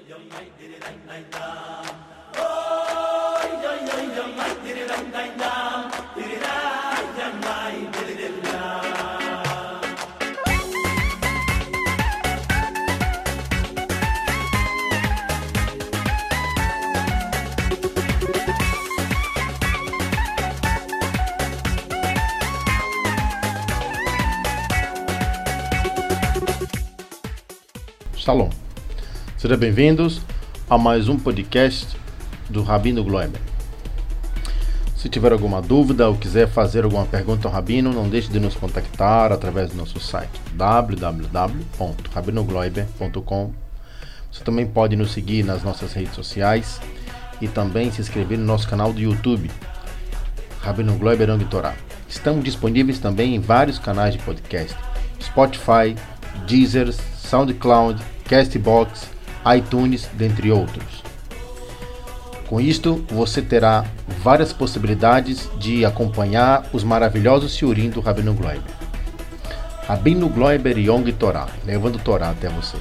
Shalom. Sejam bem-vindos a mais um podcast do Rabino Gloiber. Se tiver alguma dúvida ou quiser fazer alguma pergunta ao Rabino, não deixe de nos contactar através do nosso site www.rabinogloiber.com. Você também pode nos seguir nas nossas redes sociais e também se inscrever no nosso canal do YouTube, Rabino Gloiber Yong Torah. Estamos disponíveis também em vários canais de podcast, Spotify, Deezer, SoundCloud, Castbox, iTunes, dentre outros. Com isto, você terá várias possibilidades de acompanhar os maravilhosos shiurim do Rabino Gloiber. Rabino Gloiber Yong Torah, levando Torá até você.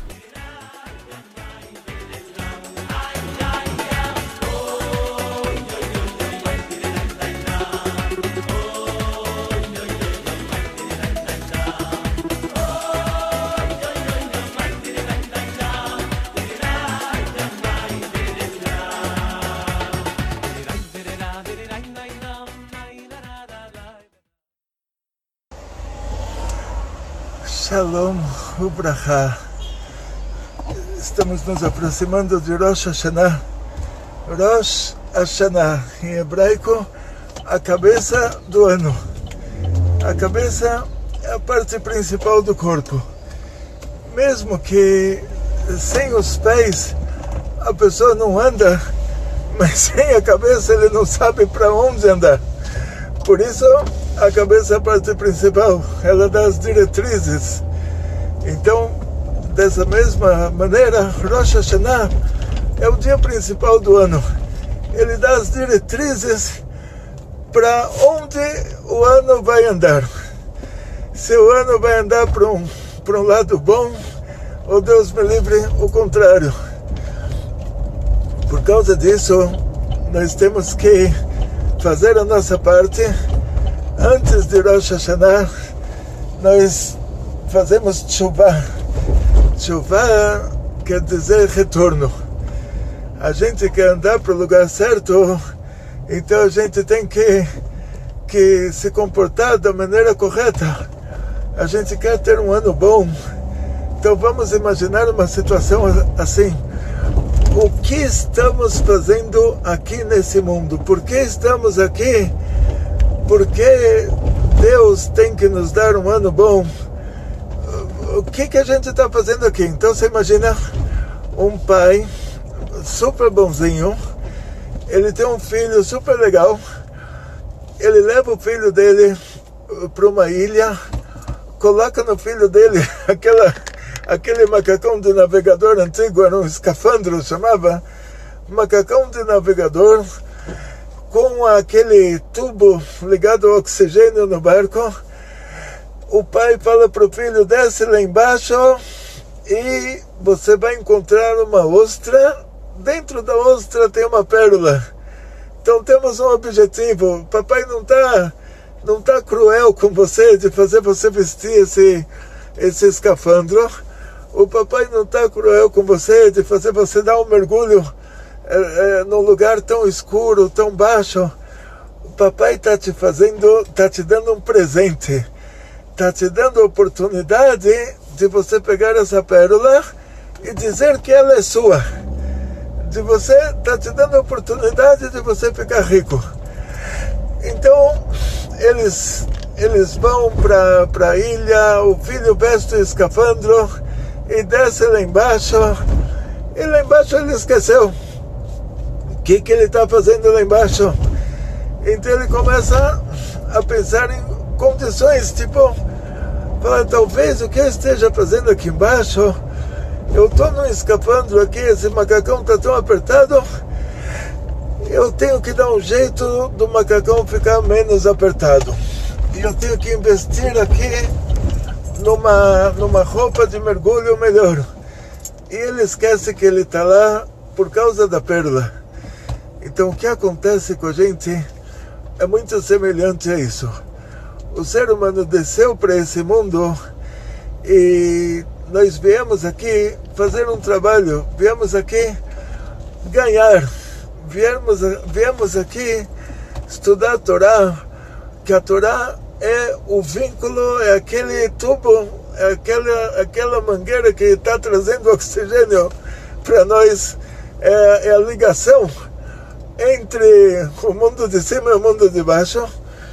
Shalom Ubraha. Estamos nos aproximando de Rosh Hashanah. Rosh Hashanah, em hebraico, a cabeça do ano. A cabeça é a parte principal do corpo. Mesmo que sem os pés a pessoa não anda, mas sem a cabeça ele não sabe para onde andar. Por isso, a cabeça é a parte principal, ela dá as diretrizes. Então, dessa mesma maneira, Rosh Hashanah é o dia principal do ano. Ele dá as diretrizes para onde o ano vai andar. Se o ano vai andar para um lado bom, ou Deus me livre, o contrário. Por causa disso, nós temos que fazer a nossa parte. Antes de Rosh Hashanah, nós fazemos tshuva. Tshuva quer dizer retorno. A gente quer andar para o lugar certo, então a gente tem que se comportar da maneira correta. A gente quer ter um ano bom. Então vamos imaginar uma situação assim. O que estamos fazendo aqui nesse mundo? Por que estamos aqui? Porque Deus tem que nos dar um ano bom. O que a gente está fazendo aqui? Então você imagina um pai super bonzinho, ele tem um filho super legal, ele leva o filho dele para uma ilha, coloca no filho dele aquele macacão de navegador antigo, era um escafandro, chamava macacão de navegador, com aquele tubo ligado ao oxigênio no barco. O pai fala para o filho, desce lá embaixo e você vai encontrar uma ostra. Dentro da ostra tem uma pérola. Então temos um objetivo. O papai não tá cruel com você de fazer você vestir esse escafandro. O papai não está cruel com você de fazer você dar um mergulho num lugar tão escuro, tão baixo. O papai está te dando um presente, está te dando a oportunidade de você pegar essa pérola e dizer que ela é sua. Está te dando a oportunidade de você ficar rico. Então eles vão para a ilha, o filho veste o escafandro e desce lá embaixo, e lá embaixo ele esqueceu o que ele está fazendo lá embaixo. Então ele começa a pensar em condições, tipo, fala, talvez o que eu esteja fazendo aqui embaixo, eu estou num escafandro aqui, esse macacão está tão apertado, eu tenho que dar um jeito do macacão ficar menos apertado. E eu tenho que investir aqui numa roupa de mergulho melhor. e ele esquece que ele está lá por causa da pérola. Então o que acontece com a gente é muito semelhante a isso. O ser humano desceu para esse mundo e nós viemos aqui fazer um trabalho, viemos aqui ganhar, viemos aqui estudar a Torá, que a Torá é o vínculo, é aquele tubo, é aquela mangueira que está trazendo oxigênio para nós, é a ligação entre o mundo de cima e o mundo de baixo,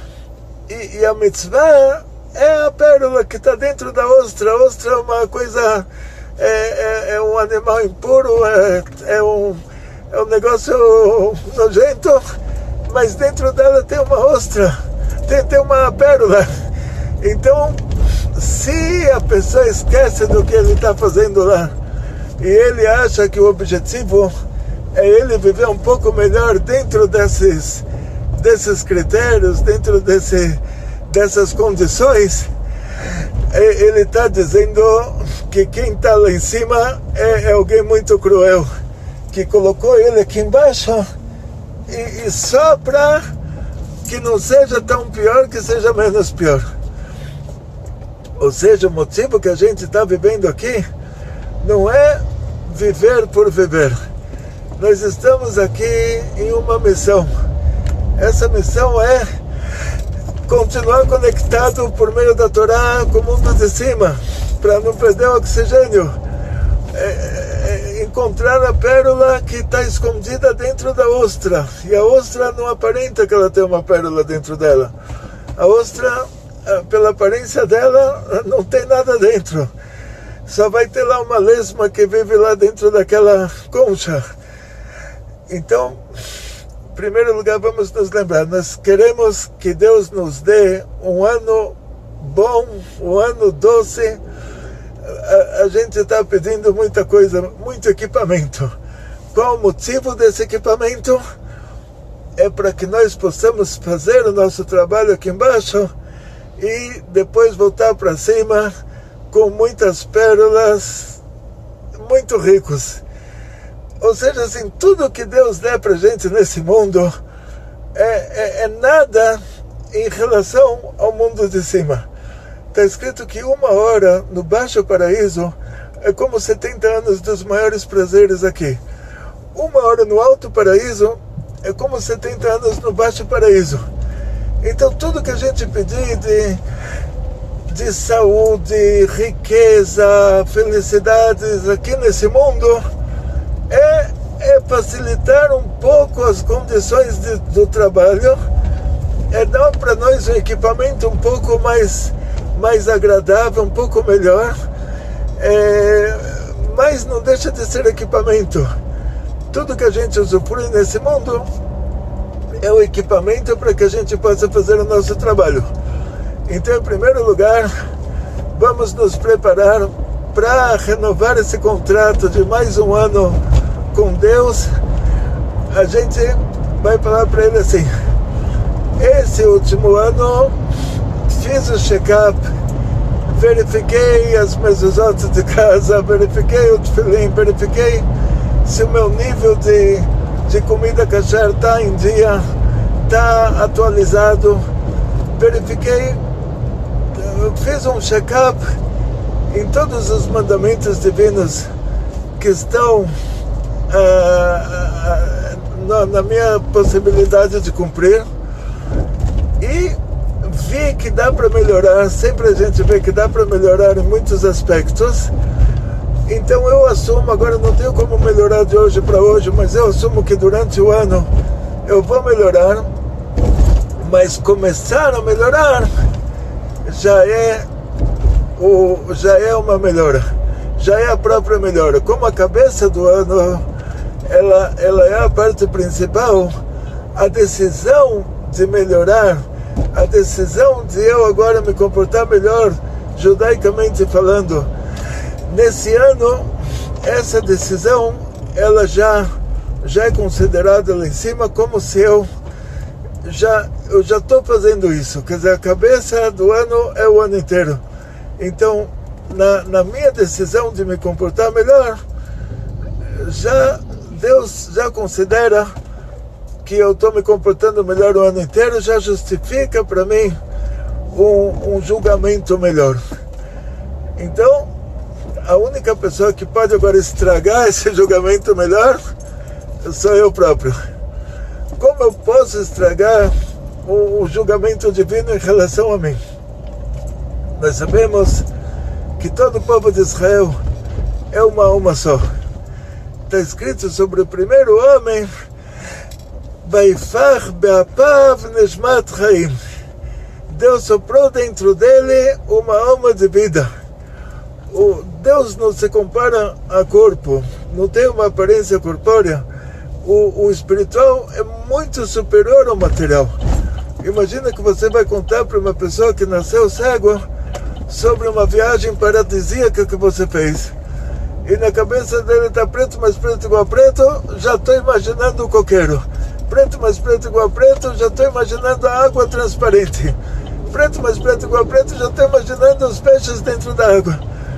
e a mitzvah é a pérola que está dentro da ostra. A ostra é uma coisa, é um animal impuro, é um negócio nojento, mas dentro dela tem uma ostra, tem uma pérola. Então, se a pessoa esquece do que ele está fazendo lá, e ele acha que o objetivo é ele viver um pouco melhor dentro desses critérios, dentro dessas condições, ele está dizendo que quem está lá em cima é alguém muito cruel, que colocou ele aqui embaixo e só para que não seja tão pior, que seja menos pior. Ou seja, o motivo que a gente está vivendo aqui não é viver por viver. Nós estamos aqui em uma missão. Essa missão é continuar conectado por meio da Torá com o mundo de cima, para não perder o oxigênio. Encontrar a pérola que está escondida dentro da ostra. E a ostra não aparenta que ela tem uma pérola dentro dela. A ostra, pela aparência dela, não tem nada dentro. Só vai ter lá uma lesma que vive lá dentro daquela concha. Então, em primeiro lugar, vamos nos lembrar, nós queremos que Deus nos dê um ano bom, um ano doce. A gente está pedindo muita coisa, muito equipamento. Qual o motivo desse equipamento? É para que nós possamos fazer o nosso trabalho aqui embaixo e depois voltar para cima com muitas pérolas, muito ricos. Ou seja, assim, tudo que Deus der para a gente nesse mundo é nada em relação ao mundo de cima. Está escrito que 1 hora no Baixo Paraíso é como 70 anos dos maiores prazeres aqui. 1 hora no Alto Paraíso é como 70 anos no Baixo Paraíso. Então tudo que a gente pedir de saúde, riqueza, felicidades aqui nesse mundo é facilitar um pouco as condições do trabalho, é dar para nós um equipamento um pouco mais agradável, um pouco melhor, mas não deixa de ser equipamento. Tudo que a gente usufrui nesse mundo é o equipamento para que a gente possa fazer o nosso trabalho. Então, em primeiro lugar, vamos nos preparar para renovar esse contrato de mais um ano com Deus. A gente vai falar para ele assim: esse último ano fiz o check-up, verifiquei as mezuzot de casa, verifiquei o tefilim, verifiquei se o meu nível de comida kasher está em dia, está atualizado, verifiquei, fiz um check-up em todos os mandamentos divinos que estão na minha possibilidade de cumprir, e vi que dá para melhorar. Sempre a gente vê que dá para melhorar em muitos aspectos. Então eu assumo, agora não tenho como melhorar de hoje para hoje, mas eu assumo que durante o ano eu vou melhorar. Mas começar a melhorar já é uma melhora, já é a própria melhora. Como a cabeça do ano ela é a parte principal, a decisão de melhorar, a decisão de eu agora me comportar melhor, judaicamente falando, nesse ano, essa decisão ela já é considerada lá em cima como se eu já estou fazendo isso. Quer dizer, a cabeça do ano é o ano inteiro. Então, na minha decisão de me comportar melhor, Deus já considera que eu estou me comportando melhor o ano inteiro, já justifica para mim um julgamento melhor. Então, a única pessoa que pode agora estragar esse julgamento melhor sou eu próprio. Como eu posso estragar o julgamento divino em relação a mim? Nós sabemos que todo o povo de Israel é uma alma só. Está escrito sobre o primeiro homem, Vaifach be'apav neshmat chaim. Deus soprou dentro dele uma alma de vida. Deus não se compara a corpo, não tem uma aparência corpórea. O espiritual é muito superior ao material. Imagina que você vai contar para uma pessoa que nasceu cego sobre uma viagem paradisíaca que você fez. E na cabeça dele está preto, mais preto igual preto, já estou imaginando o coqueiro. Preto, mais preto igual preto, já estou imaginando a água transparente. Preto, mais preto igual preto, já estou imaginando os peixes dentro da água.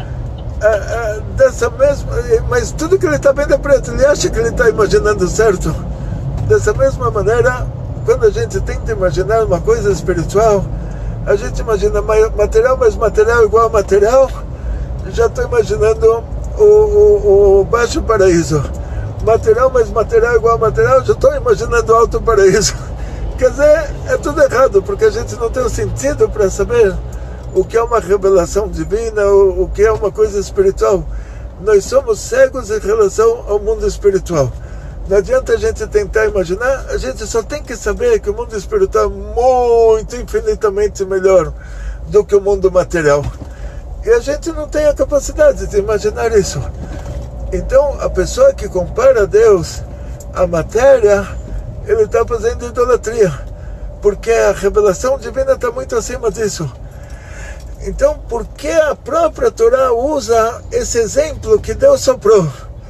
Mas tudo que ele está vendo é preto, ele acha que ele está imaginando certo. Dessa mesma maneira, quando a gente tenta imaginar uma coisa espiritual, a gente imagina material mais material igual a material, já estou imaginando o baixo paraíso. Material mais material igual a material, já estou imaginando o alto paraíso. Quer dizer, é tudo errado, porque a gente não tem o sentido para saber o que é uma revelação divina, o que é uma coisa espiritual. Nós somos cegos em relação ao mundo espiritual. Não adianta a gente tentar imaginar, a gente só tem que saber que o mundo espiritual é muito, infinitamente melhor do que o mundo material. E a gente não tem a capacidade de imaginar isso. Então, a pessoa que compara Deus à matéria, ele está fazendo idolatria, porque a revelação divina está muito acima disso. Então, por que a própria Torá usa esse exemplo que Deus soprou?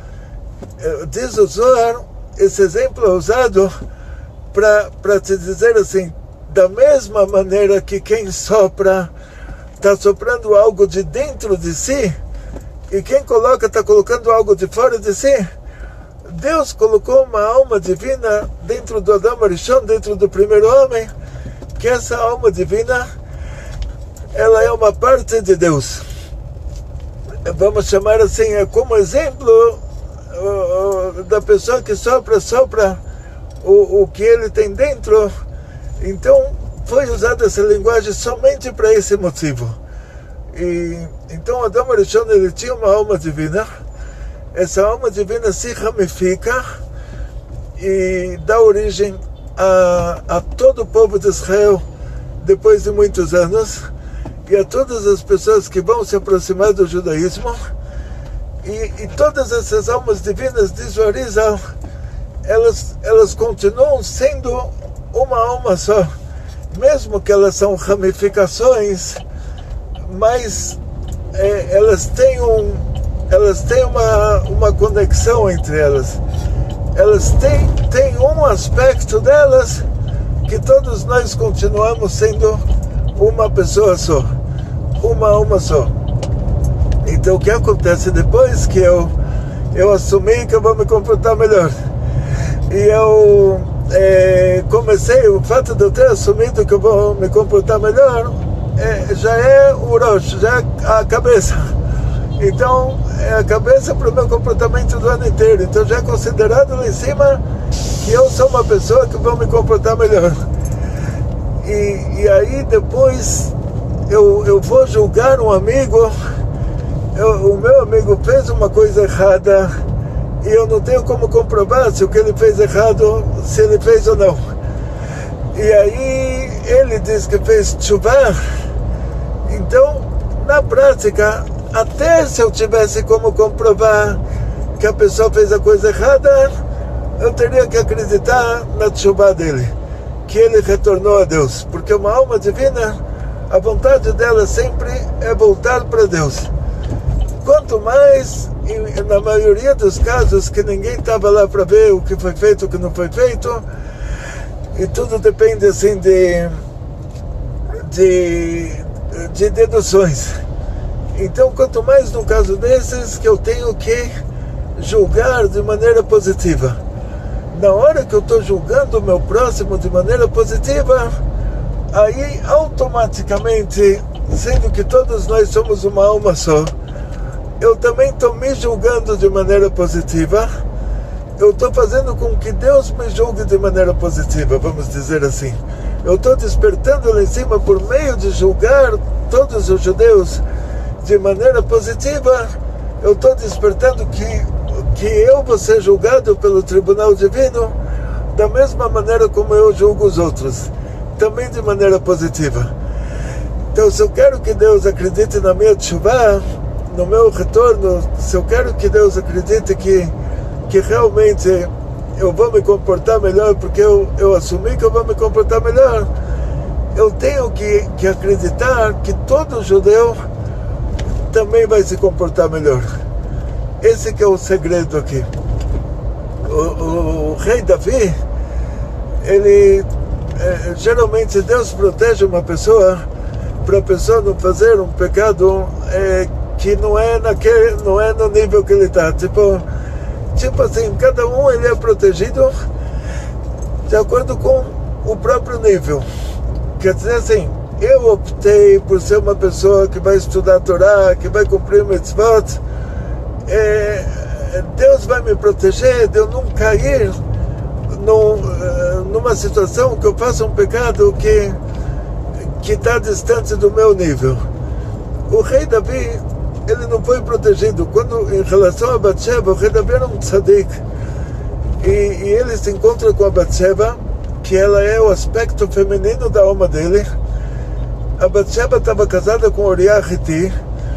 Diz o Zohar, esse exemplo é usado para te dizer assim, da mesma maneira que quem sopra está soprando algo de dentro de si, e quem coloca está colocando algo de fora de si. Deus colocou uma alma divina dentro do Adam Arishon, dentro do primeiro homem, que essa alma divina, ela é uma parte de Deus. Vamos chamar assim, é como exemplo da pessoa que sopra o que ele tem dentro. Então foi usada essa linguagem somente para esse motivo. Então Adam Arishon, ele tinha uma alma divina. Essa alma divina se ramifica e dá origem a todo o povo de Israel depois de muitos anos, e a todas as pessoas que vão se aproximar do judaísmo. E todas essas almas divinas, diz o Arizal, elas continuam sendo uma alma só, mesmo que elas são ramificações, mas elas têm uma conexão entre elas. Elas têm um aspecto delas que todos nós continuamos sendo uma pessoa só, uma alma só. Então o que acontece depois que eu assumi que eu vou me comportar melhor, e eu comecei, o fato de eu ter assumido que eu vou me comportar melhor, já é o Rosh, já é a cabeça. Então é a cabeça para o meu comportamento do ano inteiro. Então já é considerado lá em cima que eu sou uma pessoa que vou me comportar melhor. E aí depois eu vou julgar um amigo. O meu amigo fez uma coisa errada e eu não tenho como comprovar se o que ele fez errado, se ele fez ou não. E aí ele diz que fez tshuva. Então, na prática, até se eu tivesse como comprovar que a pessoa fez a coisa errada, eu teria que acreditar na tshuva dele, que ele retornou a Deus. Porque uma alma divina, a vontade dela sempre é voltar para Deus. Quanto mais, na maioria dos casos, que ninguém estava lá para ver o que foi feito, o que não foi feito, e tudo depende assim de deduções. Então, quanto mais num caso desses, que eu tenho que julgar de maneira positiva. Na hora que eu estou julgando o meu próximo de maneira positiva, aí automaticamente, sendo que todos nós somos uma alma só, eu também estou me julgando de maneira positiva. Eu estou fazendo com que Deus me julgue de maneira positiva, vamos dizer assim. Eu estou despertando lá em cima por meio de julgar todos os judeus de maneira positiva. Eu estou despertando que eu vou ser julgado pelo tribunal divino da mesma maneira como eu julgo os outros, também de maneira positiva. Então, se eu quero que Deus acredite na minha teshuvá, no meu retorno, se eu quero que Deus acredite que realmente eu vou me comportar melhor, porque eu assumi que eu vou me comportar melhor, eu tenho que acreditar que todo judeu também vai se comportar melhor. Esse que é o segredo aqui. O rei Davi, ele geralmente Deus protege uma pessoa para a pessoa não fazer um pecado que não é no nível que ele está. Tipo assim, cada um ele é protegido de acordo com o próprio nível. Quer dizer assim, eu optei por ser uma pessoa que vai estudar a Torá, que vai cumprir mitzvot. Deus vai me proteger de eu não cair numa situação que eu faça um pecado que está distante do meu nível. O rei Davi, ele não foi protegido. Quando, em relação a Batseba, o rei Davi era um tzadik, e ele se encontra com a Batseba, que ela é o aspecto feminino da alma dele. A Batseba estava casada com Uriah Hiti,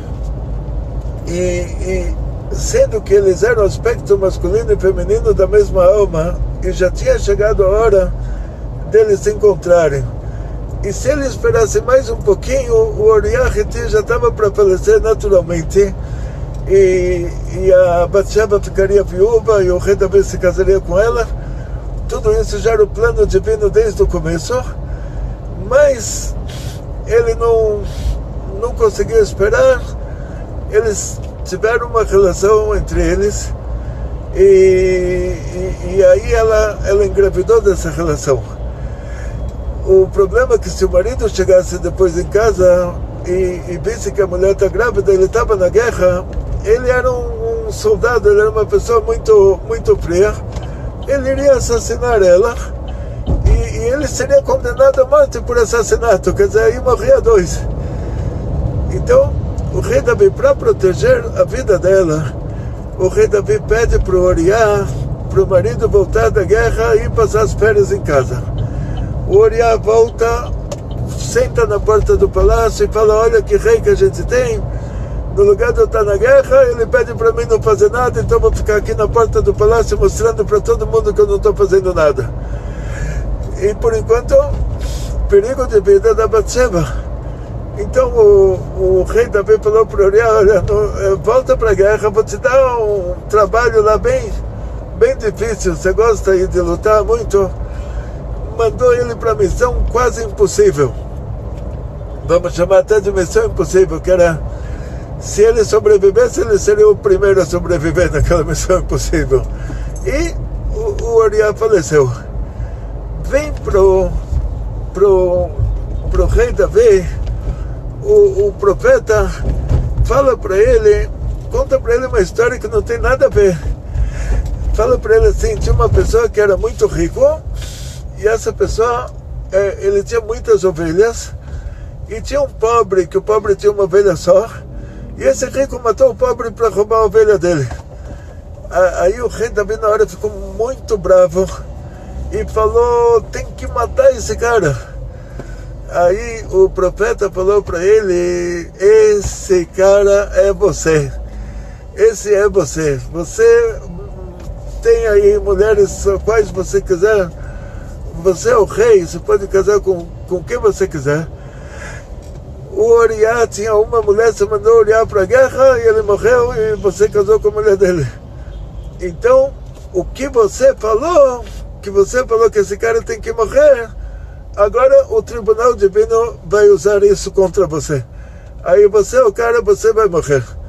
e sendo que eles eram o aspecto masculino e feminino da mesma alma, e já tinha chegado a hora deles se encontrarem. E se ele esperasse mais um pouquinho, o Uriah Hiti já estava para falecer naturalmente, e a Batseba ficaria viúva e o rei Davi se casaria com ela. Tudo isso já era o plano divino desde o começo, mas ele não conseguiu esperar. Eles tiveram uma relação entre eles, e aí ela engravidou dessa relação. O problema é que se o marido chegasse depois em casa e visse que a mulher está grávida, ele estava na guerra, ele era um soldado, ele era uma pessoa muito, muito fria, ele iria assassinar ela, e ele seria condenado à morte por assassinato, quer dizer, aí morria dois. Então, o rei Davi, para proteger a vida dela, o rei Davi pede para o Uriah, para o marido voltar da guerra e passar as férias em casa. O Uriah volta, senta na porta do palácio e fala: olha que rei que a gente tem, no lugar de eu estar na guerra, ele pede para mim não fazer nada, então vou ficar aqui na porta do palácio mostrando para todo mundo que eu não estou fazendo nada. E por enquanto, perigo de vida da Batseba. Então o rei Davi falou para o Uriah: olha, volta para a guerra, vou te dar um trabalho lá bem difícil, você gosta aí de lutar muito. Mandou ele para a missão quase impossível, vamos chamar até de missão impossível, que era, se ele sobrevivesse, ele seria o primeiro a sobreviver naquela missão impossível. E o Uriah faleceu. Vem pro rei Davi, o profeta fala para ele, conta para ele uma história que não tem nada a ver. Fala para ele assim: tinha uma pessoa que era muito rico, e essa pessoa, ele tinha muitas ovelhas, e tinha um pobre, que o pobre tinha uma ovelha só, e esse rico matou o pobre para roubar a ovelha dele. Aí o rei Davi na hora ficou muito bravo e falou: tem que matar esse cara. Aí o profeta falou para ele: esse cara é você, esse é você, você tem aí mulheres quais você quiser, você é o rei, você pode casar com quem você quiser. O Uriah tinha uma mulher, você mandou o Uriah para a guerra e ele morreu, e você casou com a mulher dele. Então, o que você falou que esse cara tem que morrer, agora o tribunal divino vai usar isso contra você. Aí você, o cara, você vai morrer.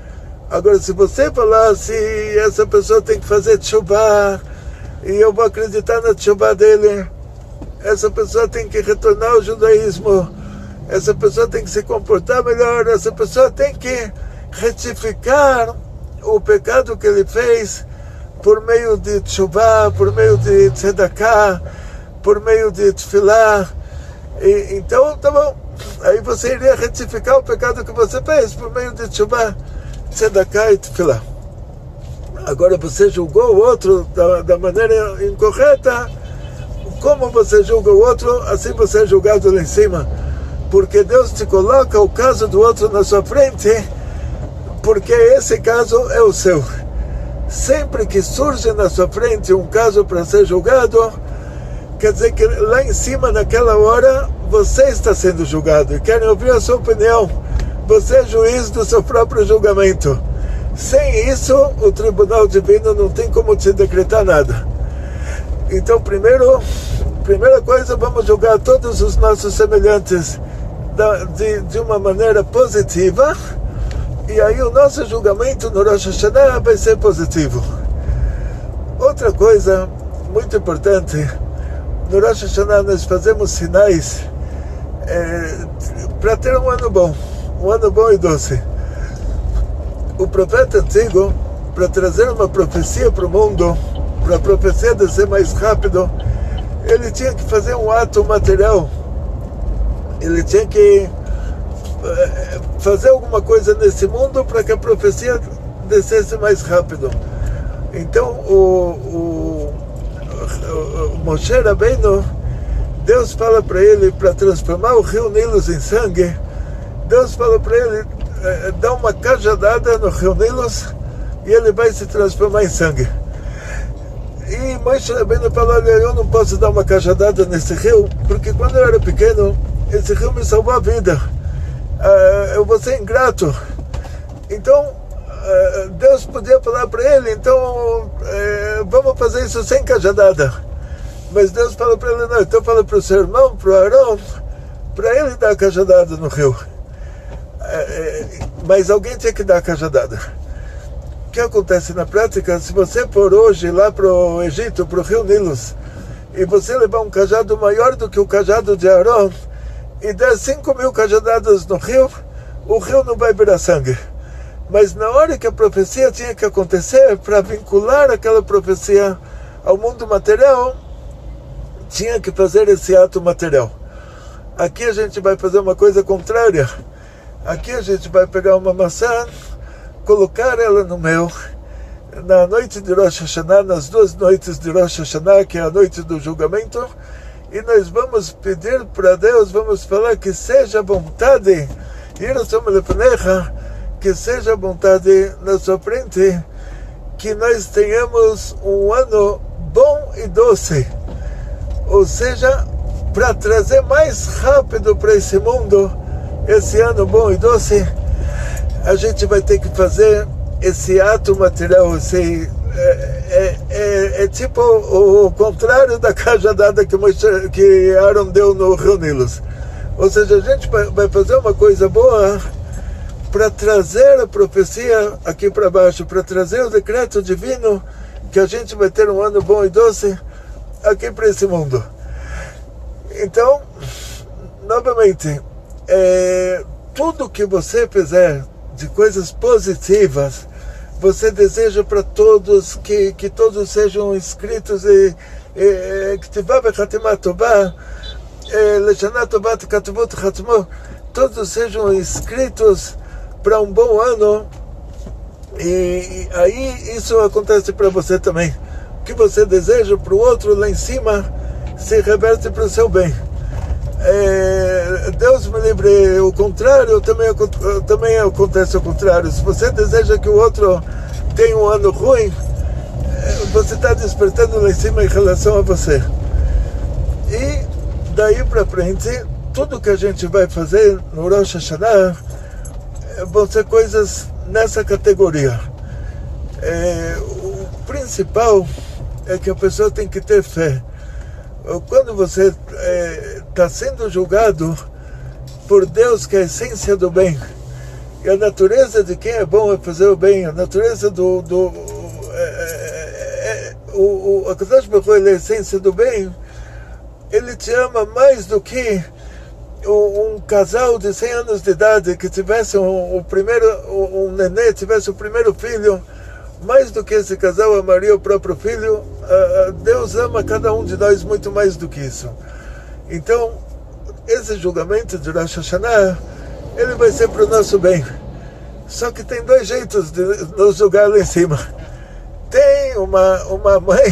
Agora, se você falar se essa pessoa tem que fazer teshuvah, e eu vou acreditar na teshuvah dele, essa pessoa tem que retornar ao judaísmo, essa pessoa tem que se comportar melhor, essa pessoa tem que retificar o pecado que ele fez por meio de teshuvah, por meio de tzedakah, por meio de tefillah. Então, tá bom. Aí você iria retificar o pecado que você fez por meio de teshuvah, tzedakah e tefillah. Agora você julgou o outro da maneira incorreta. Como você julga o outro, assim você é julgado lá em cima. Porque Deus te coloca o caso do outro na sua frente, porque esse caso é o seu. Sempre que surge na sua frente um caso para ser julgado, quer dizer que lá em cima, naquela hora, você está sendo julgado. E querem ouvir a sua opinião. Você é juiz do seu próprio julgamento. Sem isso, o tribunal divino não tem como te decretar nada. Então, primeira coisa, vamos julgar todos os nossos semelhantes de uma maneira positiva. E aí o nosso julgamento no Rosh Hashanah vai ser positivo. Outra coisa muito importante, no Rosh Hashanah nós fazemos sinais para ter um ano bom e doce. O profeta antigo, para trazer uma profecia para o mundo, para a profecia descer mais rápido, ele tinha que fazer um ato material. Ele tinha que fazer alguma coisa nesse mundo para que a profecia descesse mais rápido. Então o Moshe Rabbeinu, Deus fala para ele, para transformar o rio Nilo em sangue, Deus fala para ele, dá uma cajadada no rio Nilo e ele vai se transformar em sangue. E Moshe Rabbeinu falou, olha, eu não posso dar uma cajadada nesse rio, porque quando eu era pequeno, esse rio me salvou a vida. Eu vou ser ingrato. Então Deus podia falar para ele, então vamos fazer isso sem cajadada. Mas Deus fala para ele, não, então fala para o seu irmão, para o Arão, para ele dar a cajadada no rio. Mas alguém tinha que dar a cajadada. O que acontece na prática? Se você for hoje lá para o Egito, para o rio Nilo, e você levar um cajado maior do que o cajado de Arão, e der 5.000 cajadadas no rio, o rio não vai virar sangue. Mas na hora que a profecia tinha que acontecer, para vincular aquela profecia ao mundo material, tinha que fazer esse ato material. Aqui a gente vai fazer uma coisa contrária. Aqui a gente vai pegar uma maçã, colocar ela no mel, na noite de Rosh Hashanah, nas 2 noites de Rosh Hashanah, que é a noite do julgamento, e nós vamos pedir para Deus, vamos falar que seja vontade, que seja vontade na sua frente, que nós tenhamos um ano bom e doce, ou seja, para trazer mais rápido para esse mundo, esse ano bom e doce, a gente vai ter que fazer esse ato material, é tipo o contrário da cajadada que Aaron deu no rio Nilo. Ou seja, a gente vai fazer uma coisa boa para trazer a profecia aqui para baixo, para trazer o decreto divino que a gente vai ter um ano bom e doce aqui para esse mundo. Então, novamente, tudo que você fizer de coisas positivas, você deseja para todos que todos sejam inscritos e que todos sejam inscritos para um bom ano, e aí isso acontece para você também. O que você deseja para o outro lá em cima se reverte para o seu bem. Deus me livre, o contrário também acontece o contrário. Se você deseja que o outro tenha um ano ruim, você está despertando lá em cima em relação a você. E daí para frente, tudo que a gente vai fazer no Rosh Hashanah vão ser coisas nessa categoria. O principal é que a pessoa tem que ter fé. Quando você está sendo julgado por Deus, que é a essência do bem, E a natureza de quem é bom é fazer o bem. A natureza a Kadosh Baruch Hu, ele é a essência do bem. Ele te ama mais do que um casal de 100 anos de idade que tivesse um nenê, tivesse o primeiro filho. Mais do que esse casal amaria o próprio filho. Deus ama cada um de nós muito mais do que isso. Então, esse julgamento de Rosh Hashanah, ele vai ser para o nosso bem. Só que tem dois jeitos de nos julgar lá em cima. Tem uma mãe,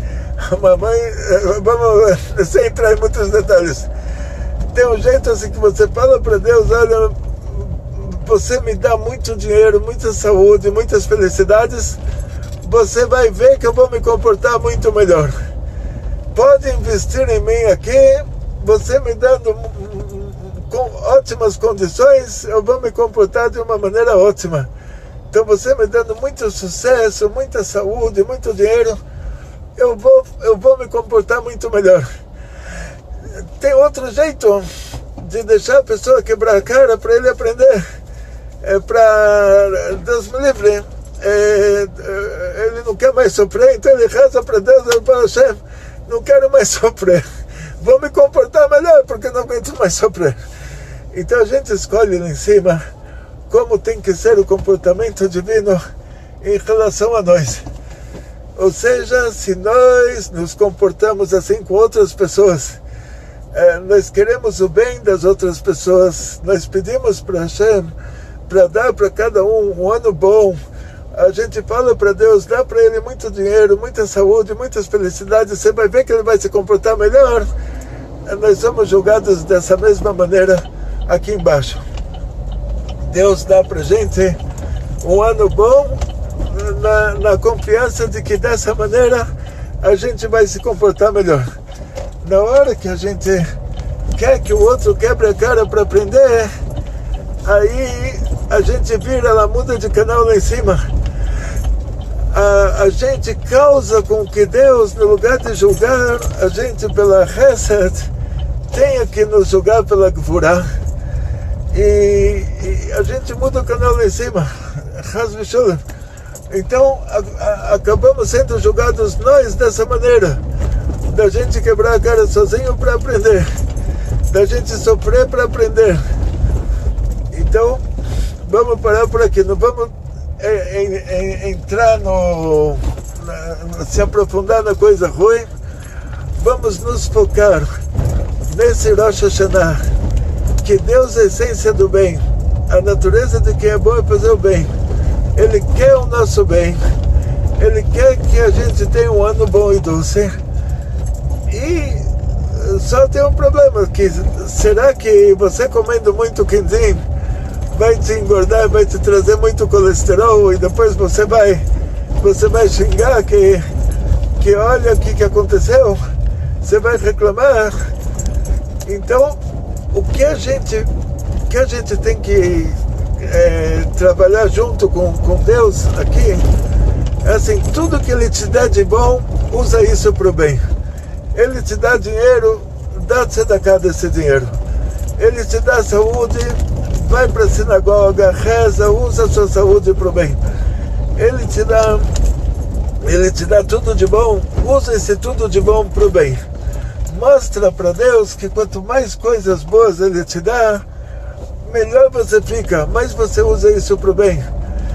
vamos sem entrar em muitos detalhes. Tem um jeito assim que você fala para Deus: olha, você me dá muito dinheiro, muita saúde, muitas felicidades, você vai ver que eu vou me comportar muito melhor. Pode investir em mim aqui, você me dando com ótimas condições, eu vou me comportar de uma maneira ótima. Então você me dando muito sucesso, muita saúde, muito dinheiro, eu vou me comportar muito melhor. Tem outro jeito de deixar a pessoa quebrar a cara para ele aprender. Para Deus me livre, ele não quer mais sofrer, então ele reza para Deus, ele fala: Hashem, não quero mais sofrer, vou me comportar melhor porque não aguento mais sofrer. Então a gente escolhe lá em cima como tem que ser o comportamento divino em relação a nós. Ou seja, se nós nos comportamos assim com outras pessoas, nós queremos o bem das outras pessoas, nós pedimos para Hashem para dar para cada um ano bom. A gente fala para Deus: dá para ele muito dinheiro, muita saúde, muitas felicidades, você vai ver que ele vai se comportar melhor. Nós somos julgados dessa mesma maneira aqui embaixo. Deus dá para a gente um ano bom na confiança de que dessa maneira a gente vai se comportar melhor. Na hora que a gente quer que o outro quebre a cara para aprender, aí a gente vira, ela muda de canal lá em cima. A gente causa com que Deus, no lugar de julgar a gente pela Hesed, tenha que nos julgar pela Gvurah. E a gente muda o canal lá em cima. Então acabamos sendo julgados nós dessa maneira, da gente quebrar a cara sozinho para aprender, da gente sofrer para aprender. Então vamos parar por aqui, não vamos entrar se aprofundar na coisa ruim. Vamos nos focar nesse Rosh Hashanah, que Deus é a essência do bem. A natureza de quem é bom é fazer o bem. Ele quer o nosso bem. Ele quer que a gente tenha um ano bom e doce. E só tem um problema, que será que você comendo muito quindim vai te engordar, vai te trazer muito colesterol, e depois você vai xingar que olha o que aconteceu, você vai reclamar. Então o que a gente tem que trabalhar junto com Deus aqui é assim: tudo que Ele te dá de bom, usa isso para o bem. Ele te dá dinheiro, dá tzedakah desse dinheiro. Ele te dá saúde, vai para a sinagoga, reza, usa a sua saúde para o bem. Ele te dá tudo de bom, usa esse tudo de bom para o bem. Mostra para Deus que quanto mais coisas boas Ele te dá, melhor você fica, mais você usa isso para o bem.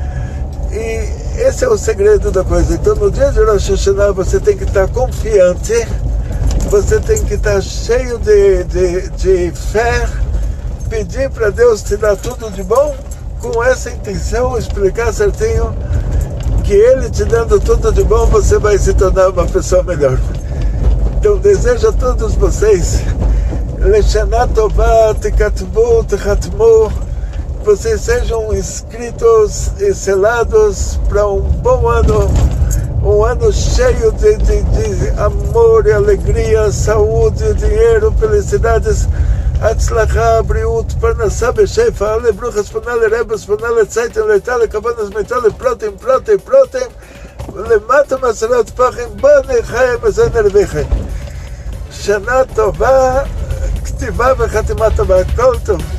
E esse é o segredo da coisa. Então no dia de Rosh Hashanah você tem que estar confiante, você tem que estar cheio de fé, pedir para Deus te dar tudo de bom, com essa intenção, explicar certinho que Ele te dando tudo de bom, você vai se tornar uma pessoa melhor. Então desejo a todos vocês Leshana Tová, Tekatvu, Techatmu, vocês sejam inscritos e selados para um bom ano, um ano cheio de amor e alegria, saúde, dinheiro, felicidades. Atzlacha, Briut, Parnassá, Beshefa, Ale Bruchas, Panale Rebes, Panale Tzaitem, Leitale, Kabanas, Meitale, Protein, Lemata Masarat Pachim, Bane Chaim, Bezener Veche. Shana Tova, Ktiva Vechatimat Tova, Kol Tov.